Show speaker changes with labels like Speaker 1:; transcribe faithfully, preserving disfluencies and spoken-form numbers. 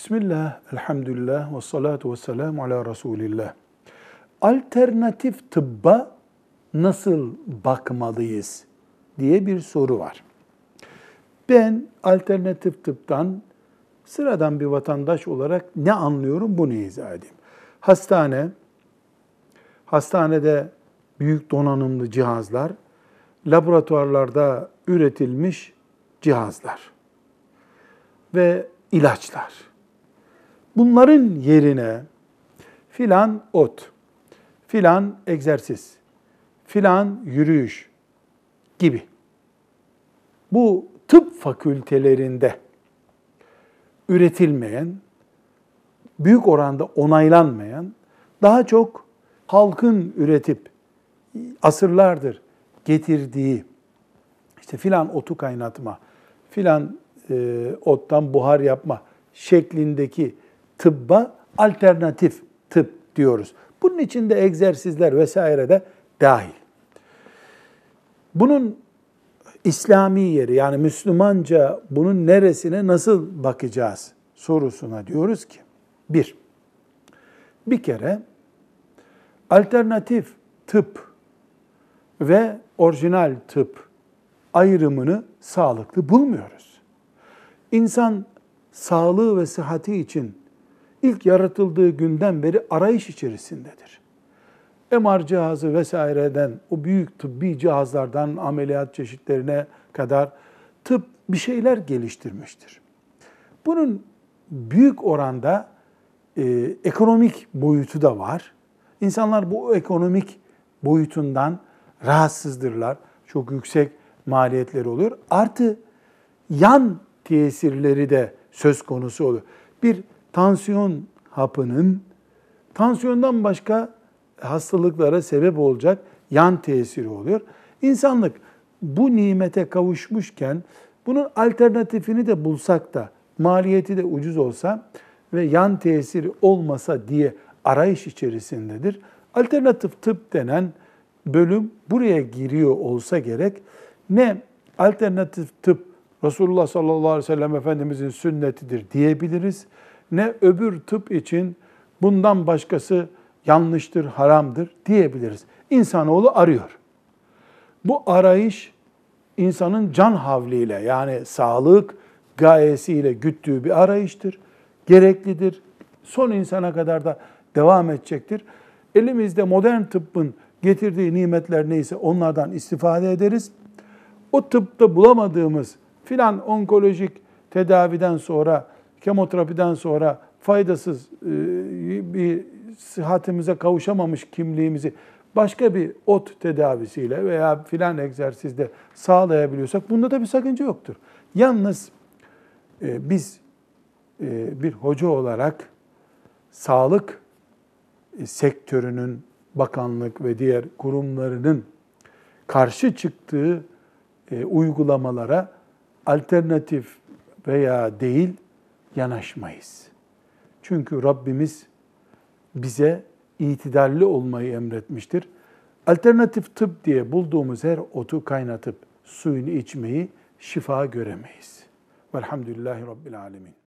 Speaker 1: Bismillah, elhamdülillah, ve salatu ve selamu ala Resulillah. Alternatif tıbba nasıl bakmalıyız diye bir soru var. Ben alternatif tıptan sıradan bir vatandaş olarak ne anlıyorum bunu izah edeyim. Hastane, hastanede büyük donanımlı cihazlar, laboratuvarlarda üretilmiş cihazlar ve ilaçlar. Bunların yerine filan ot, filan egzersiz, filan yürüyüş gibi bu tıp fakültelerinde üretilmeyen, büyük oranda onaylanmayan, daha çok halkın üretip asırlardır getirdiği işte filan otu kaynatma, filan e, ottan buhar yapma şeklindeki tıbba alternatif tıp diyoruz. Bunun içinde egzersizler vesaire de dahil. Bunun İslami yeri, yani Müslümanca bunun neresine nasıl bakacağız sorusuna diyoruz ki, bir, bir kere alternatif tıp ve orijinal tıp ayrımını sağlıklı bulmuyoruz. İnsan sağlığı ve sıhhati için ilk yaratıldığı günden beri arayış içerisindedir. M R cihazı vesaireden, o büyük tıbbi cihazlardan ameliyat çeşitlerine kadar tıp bir şeyler geliştirmiştir. Bunun büyük oranda e, ekonomik boyutu da var. İnsanlar bu ekonomik boyutundan rahatsızdırlar. Çok yüksek maliyetleri oluyor. Artı yan tesirleri de söz konusu oluyor. Bir tansiyon hapının tansiyondan başka hastalıklara sebep olacak yan tesiri oluyor. İnsanlık bu nimete kavuşmuşken bunun alternatifini de bulsak da maliyeti de ucuz olsa ve yan tesiri olmasa diye arayış içerisindedir. Alternatif tıp denen bölüm buraya giriyor olsa gerek. Ne alternatif tıp Resulullah sallallahu aleyhi ve sellem Efendimizin sünnetidir diyebiliriz, ne öbür tıp için bundan başkası yanlıştır, haramdır diyebiliriz. İnsanoğlu arıyor. Bu arayış insanın can havliyle, yani sağlık gayesiyle güttüğü bir arayıştır. Gereklidir. Son insana kadar da devam edecektir. Elimizde modern tıbbın getirdiği nimetler neyse onlardan istifade ederiz. O tıpta bulamadığımız filan onkolojik tedaviden sonra, kemoterapiden sonra faydasız bir sıhhatimize kavuşamamış kimliğimizi başka bir ot tedavisiyle veya filan egzersizle sağlayabiliyorsak bunda da bir sakınca yoktur. Yalnız e, biz e, bir hoca olarak sağlık sektörünün, bakanlık ve diğer kurumlarının karşı çıktığı e, uygulamalara alternatif veya değil yanaşmayız. Çünkü Rabbimiz bize itidalli olmayı emretmiştir. Alternatif tıp diye bulduğumuz her otu kaynatıp suyunu içmeyi şifa göremeyiz. Velhamdülillahi Rabbil alemin.